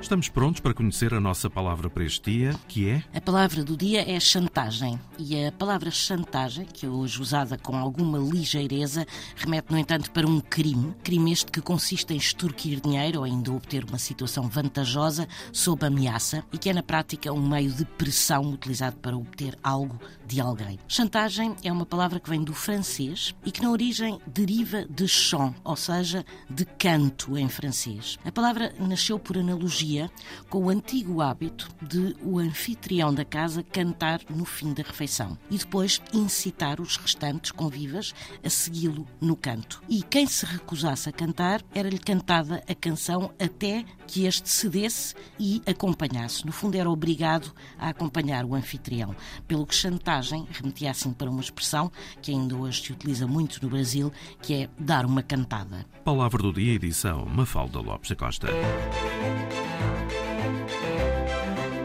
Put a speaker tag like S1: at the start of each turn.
S1: Estamos prontos para conhecer a nossa palavra para este dia, que é...
S2: A palavra do dia é chantagem. E a palavra chantagem, que é hoje usada com alguma ligeireza, remete, no entanto, para um crime. Crime este que consiste em extorquir dinheiro ou ainda obter uma situação vantajosa sob ameaça e que é, na prática, um meio de pressão utilizado para obter algo de alguém. Chantagem é uma palavra que vem do francês e que, na origem, deriva de chant, ou seja, de canto em francês. A palavra nasceu por analogia com o antigo hábito de o anfitrião da casa cantar no fim da refeição e depois incitar os restantes convivas a segui-lo no canto. E quem se recusasse a cantar, era-lhe cantada a canção até que este cedesse e acompanhasse. No fundo, era obrigado a acompanhar o anfitrião. Pelo que chantagem remetia assim para uma expressão que ainda hoje se utiliza muito no Brasil, que é dar uma cantada.
S1: Palavra do dia, edição Mafalda Lopes da Costa.